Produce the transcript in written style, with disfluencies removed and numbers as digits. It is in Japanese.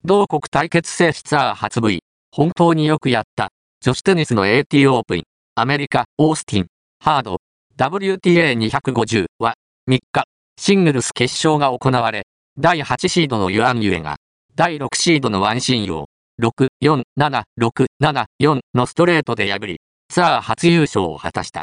同国対決制ツアー初 V、本当によくやった。女子テニスの AT オープン、アメリカ、オースティン、ハード、WTA250 は、3日、シングルス決勝が行われ、第8シードのユアン・ユエが、第6シードのワン・シンヨウ、6-4-7-6-7-4のストレートで破り、ツアー初優勝を果たした。